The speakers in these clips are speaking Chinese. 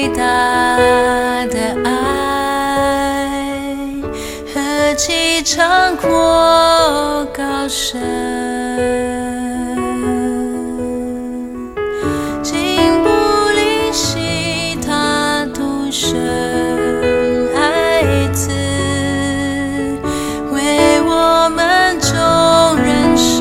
伟大的爱，何其长阔高深，竟不吝惜他独生爱子，为我们众人舍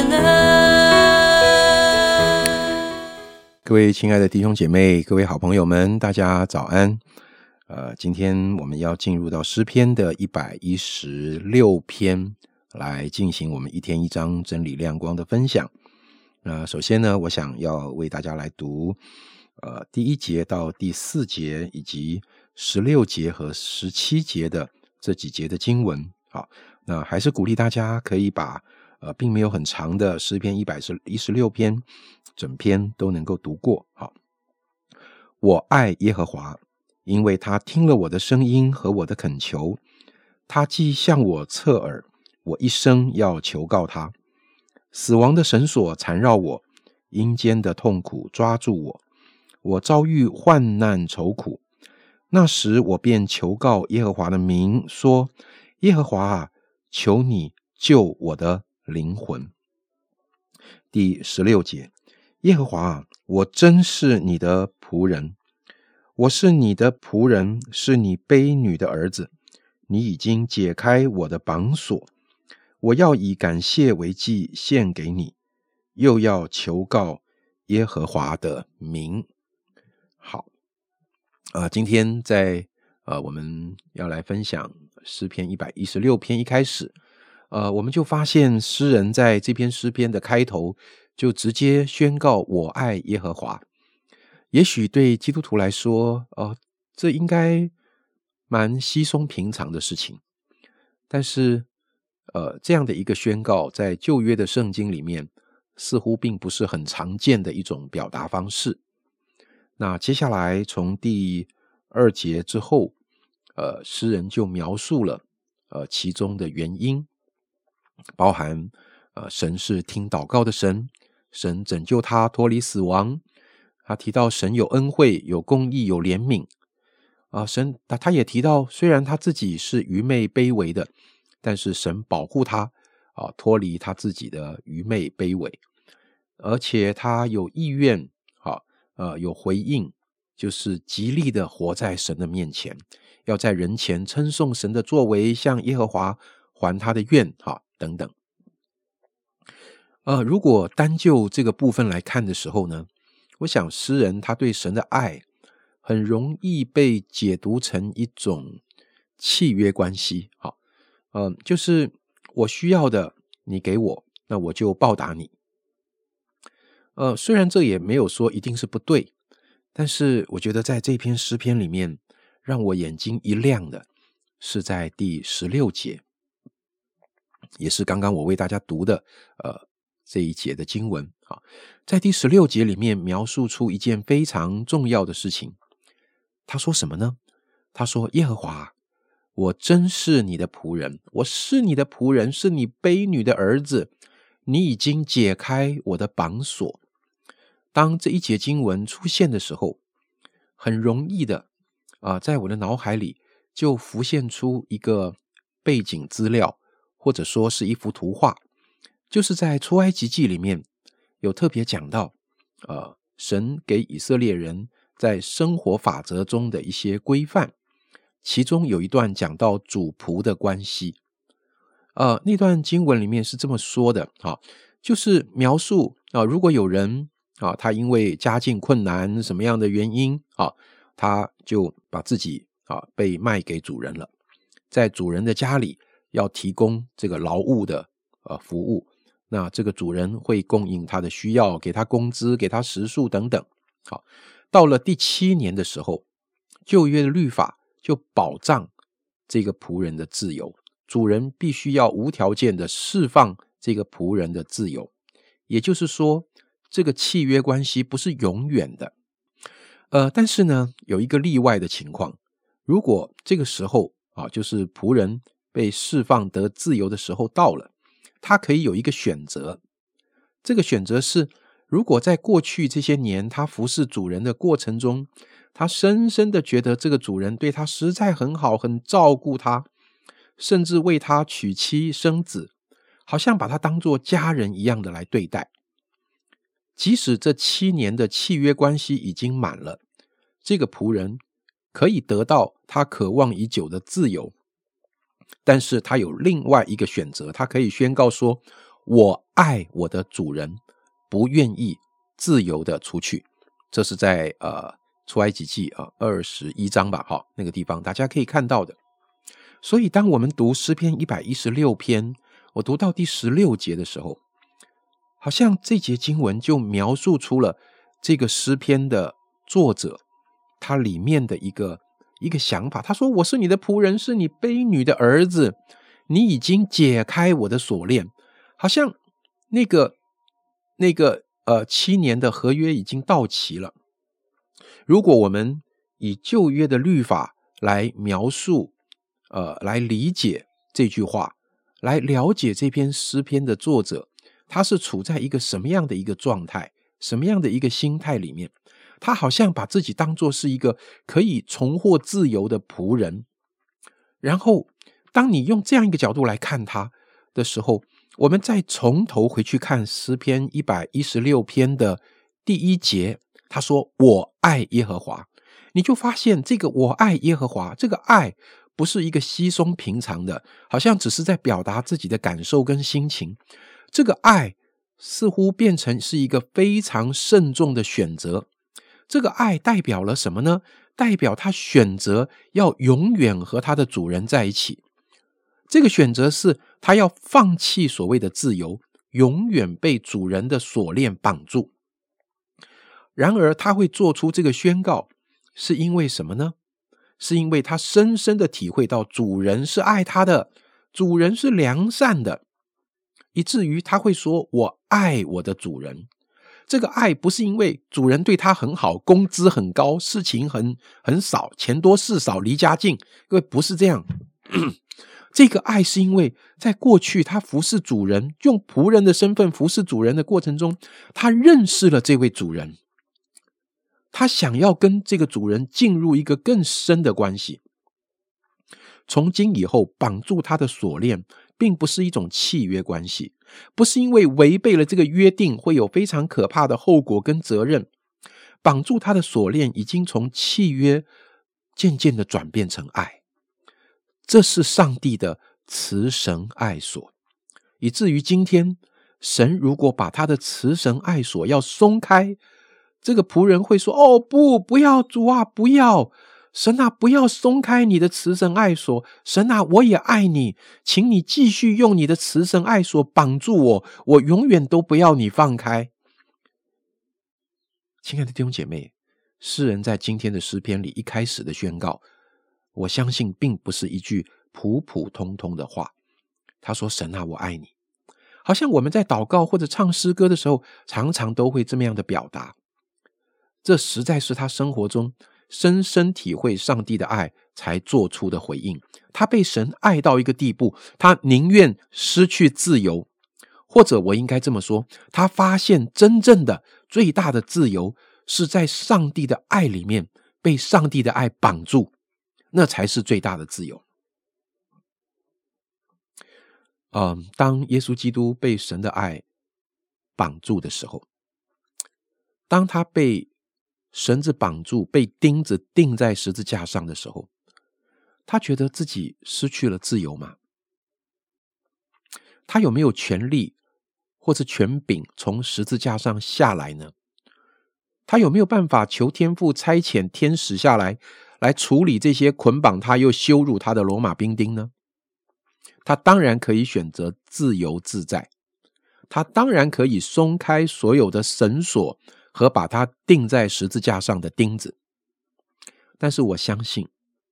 了。 各位亲爱的弟兄姐妹，各位好朋友们，大家早安。今天我们要进入到诗篇的116篇，来进行我们一天一章真理亮光的分享。首先呢，我想要为大家来读第1节到第4节，以及16节和17节的这几节的经文。好，那还是鼓励大家可以把并没有很长的诗篇116篇整篇都能够读过。好，我爱耶和华，因为他听了我的声音和我的恳求，他既向我侧耳，我一生要求告他。死亡的绳索缠绕我，阴间的痛苦抓住我，我遭遇患难愁苦。那时我便求告耶和华的名，说：耶和华啊，求你救我的灵魂。第16节，耶和华啊，我真是你的仆人，我是你的仆人，是你婢女的儿子，你已经解开我的绑锁，我要以感谢为祭献给你，又要求告耶和华的名。好，今天在我们要来分享诗篇116篇，一开始我们就发现诗人在这篇诗篇的开头就直接宣告我爱耶和华。也许对基督徒来说这应该蛮稀松平常的事情，但是这样的一个宣告在旧约的圣经里面似乎并不是很常见的一种表达方式。那接下来从第2节之后诗人就描述了其中的原因，包含神是听祷告的神，神拯救他脱离死亡，他提到神有恩惠，有公义，有怜悯神他也提到虽然他自己是愚昧卑微的，但是神保护他脱离他自己的愚昧卑微，而且他有意愿有回应，就是极力的活在神的面前，要在人前称颂神的作为，向耶和华还他的愿等等。如果单就这个部分来看的时候呢，我想诗人他对神的爱很容易被解读成一种契约关系。就是我需要的你给我，那我就报答你。虽然这也没有说一定是不对，但是我觉得在这篇诗篇里面让我眼睛一亮的是在第16节，也是刚刚我为大家读的这一节的经文。在第16节里面描述出一件非常重要的事情。他说什么呢？他说：耶和华，我真是你的仆人，我是你的仆人，是你婢女的儿子，你已经解开我的绑锁。当这一节经文出现的时候，很容易的在我的脑海里就浮现出一个背景资料，或者说是一幅图画，就是在出埃及记里面有特别讲到神给以色列人在生活法则中的一些规范，其中有一段讲到主仆的关系。那段经文里面是这么说的就是描述如果有人他因为家境困难什么样的原因他就把自己被卖给主人了，在主人的家里要提供这个劳务的服务，那这个主人会供应他的需要，给他工资，给他食宿等等。到了第7年的时候，旧约的律法就保障这个仆人的自由，主人必须要无条件的释放这个仆人的自由，也就是说这个契约关系不是永远的。但是呢有一个例外的情况，如果这个时候就是仆人被释放得自由的时候到了，他可以有一个选择。这个选择是，如果在过去这些年他服侍主人的过程中， 他深深的觉得这个主人对他实在很好，很照顾他，甚至为他娶妻生子，好像把他当作家人一样的来对待。即使这7年的契约关系已经满了，这个仆人可以得到他渴望已久的自由，但是他有另外一个选择，他可以宣告说，我爱我的主人，不愿意自由的出去。这是在出埃及记21章吧，那个地方大家可以看到的。所以当我们读诗篇116篇，我读到第16节的时候，好像这节经文就描述出了这个诗篇的作者他里面的一个想法。他说，我是你的仆人，是你婢女的儿子，你已经解开我的锁链。好像那个7年的合约已经到期了。如果我们以旧约的律法来描述来理解这句话，来了解这篇诗篇的作者他是处在一个什么样的一个状态，什么样的一个心态里面。他好像把自己当作是一个可以重获自由的仆人，然后当你用这样一个角度来看他的时候，我们再从头回去看诗篇116篇的第1节，他说我爱耶和华，你就发现这个我爱耶和华，这个爱不是一个稀松平常的，好像只是在表达自己的感受跟心情。这个爱似乎变成是一个非常慎重的选择。这个爱代表了什么呢？代表他选择要永远和他的主人在一起。这个选择是他要放弃所谓的自由，永远被主人的锁链绑住。然而他会做出这个宣告，是因为什么呢？是因为他深深的体会到主人是爱他的，主人是良善的，以至于他会说我爱我的主人。这个爱不是因为主人对他很好，工资很高，事情很少，钱多事少，离家近，各位不是这样这个爱是因为在过去他服侍主人，用仆人的身份服侍主人的过程中，他认识了这位主人，他想要跟这个主人进入一个更深的关系。从今以后绑住他的锁链并不是一种契约关系，不是因为违背了这个约定会有非常可怕的后果跟责任。绑住他的锁链已经从契约渐渐的转变成爱，这是上帝的慈绳爱锁。以至于今天神如果把他的慈绳爱锁要松开，这个仆人会说，哦不要，主啊不要，神啊不要松开你的慈绳爱锁，神啊我也爱你，请你继续用你的慈绳爱锁绑住我，我永远都不要你放开。亲爱的弟兄姐妹，诗人在今天的诗篇里一开始的宣告，我相信并不是一句普普通通的话。他说，神啊我爱你，好像我们在祷告或者唱诗歌的时候常常都会这么样的表达。这实在是他生活中深深体会上帝的爱才做出的回应。他被神爱到一个地步，他宁愿失去自由，或者我应该这么说，他发现真正的最大的自由是在上帝的爱里面，被上帝的爱绑住，那才是最大的自由。当耶稣基督被神的爱绑住的时候，当他被绳子绑住，被钉子钉在十字架上的时候，他觉得自己失去了自由吗？他有没有权利或是权柄从十字架上下来呢？他有没有办法求天父差遣天使下来处理这些捆绑他又羞辱他的罗马兵丁呢？他当然可以选择自由自在，他当然可以松开所有的绳索和把它钉在十字架上的钉子。但是我相信，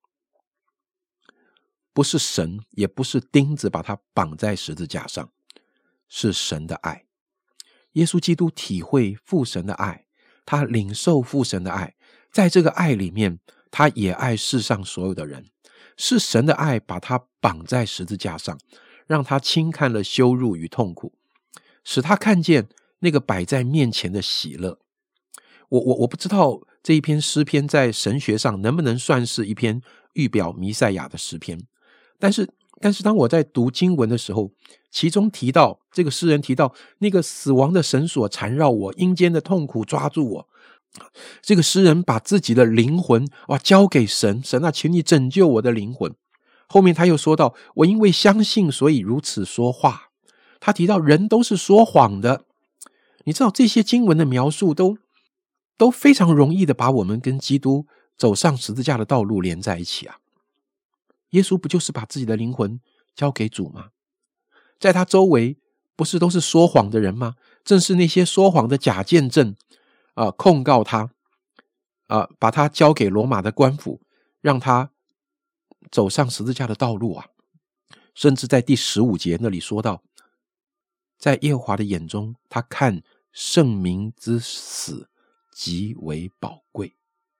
不是神也不是钉子把它绑在十字架上，是神的爱。耶稣基督体会父神的爱，他领受父神的爱，在这个爱里面他也爱世上所有的人，是神的爱把他绑在十字架上，让他轻看了羞辱与痛苦，使他看见那个摆在面前的喜乐。我不知道这一篇诗篇在神学上能不能算是一篇预表弥赛亚的诗篇。但是当我在读经文的时候，其中提到这个诗人提到那个死亡的绳索缠绕我，阴间的痛苦抓住我，这个诗人把自己的灵魂交给神，神啊，请你拯救我的灵魂。后面他又说到，我因为相信所以如此说话。他提到人都是说谎的。你知道这些经文的描述都非常容易的把我们跟基督走上十字架的道路连在一起啊。耶稣不就是把自己的灵魂交给主吗？在他周围不是都是说谎的人吗？正是那些说谎的假见证控告他把他交给罗马的官府，让他走上十字架的道路啊。甚至在第15节那里说到，在耶和华的眼中，他看圣民之死极为宝贵。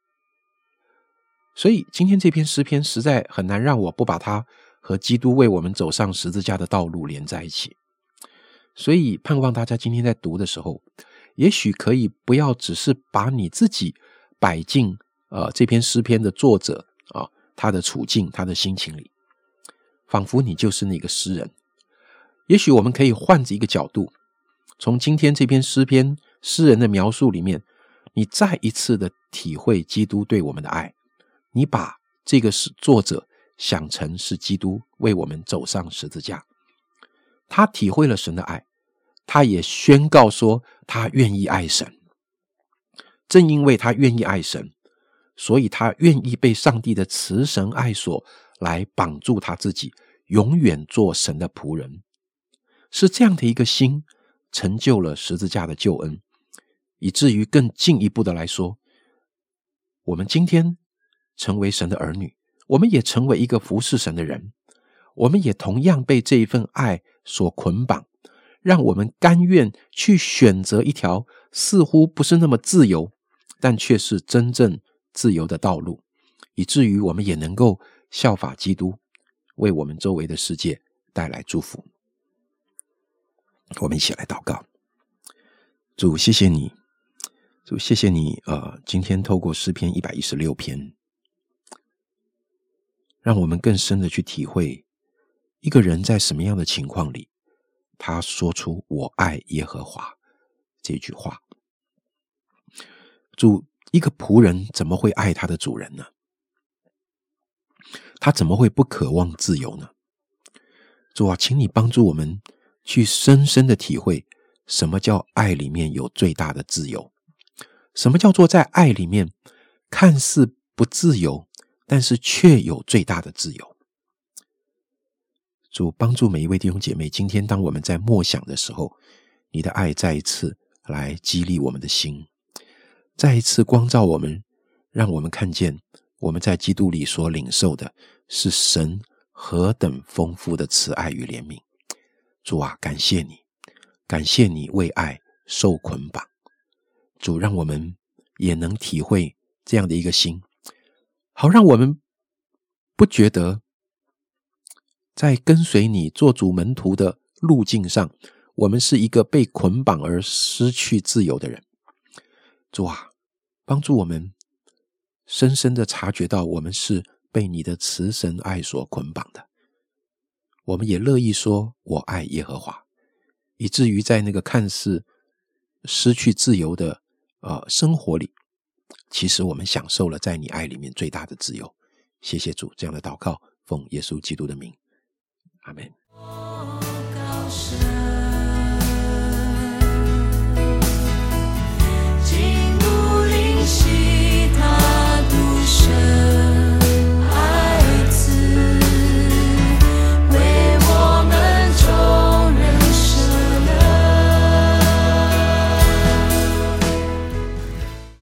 所以今天这篇诗篇实在很难让我不把它和基督为我们走上十字架的道路连在一起。所以盼望大家今天在读的时候，也许可以不要只是把你自己摆进这篇诗篇的作者他的处境他的心情里，仿佛你就是那个诗人。也许我们可以换着一个角度，从今天这篇诗篇诗人的描述里面，你再一次的体会基督对我们的爱。你把这个作者想成是基督为我们走上十字架，他体会了神的爱，他也宣告说他愿意爱神。正因为他愿意爱神，所以他愿意被上帝的慈神爱所来绑住他自己，永远做神的仆人。是这样的一个心成就了十字架的救恩，以至于更进一步的来说，我们今天成为神的儿女，我们也成为一个服侍神的人，我们也同样被这一份爱所捆绑，让我们甘愿去选择一条似乎不是那么自由，但却是真正自由的道路，以至于我们也能够效法基督，为我们周围的世界带来祝福。我们一起来祷告。主，谢谢你，主，谢谢你今天透过诗篇116篇，让我们更深的去体会一个人在什么样的情况里，他说出我爱耶和华这句话。主，一个仆人怎么会爱他的主人呢？他怎么会不渴望自由呢？主啊，请你帮助我们去深深的体会什么叫爱里面有最大的自由，什么叫做在爱里面看似不自由，但是却有最大的自由。主，帮助每一位弟兄姐妹，今天当我们在默想的时候，你的爱再一次来激励我们的心，再一次光照我们，让我们看见我们在基督里所领受的是神何等丰富的慈爱与怜悯。主啊，感谢你，感谢你为爱受捆绑。主，让我们也能体会这样的一个心，好让我们不觉得在跟随你做主门徒的路径上，我们是一个被捆绑而失去自由的人。主啊，帮助我们深深的察觉到我们是被你的慈神爱所捆绑的。我们也乐意说我爱耶和华，以至于在那个看似失去自由的生活里，其实我们享受了在你爱里面最大的自由。谢谢主，这样的祷告奉耶稣基督的名，阿们。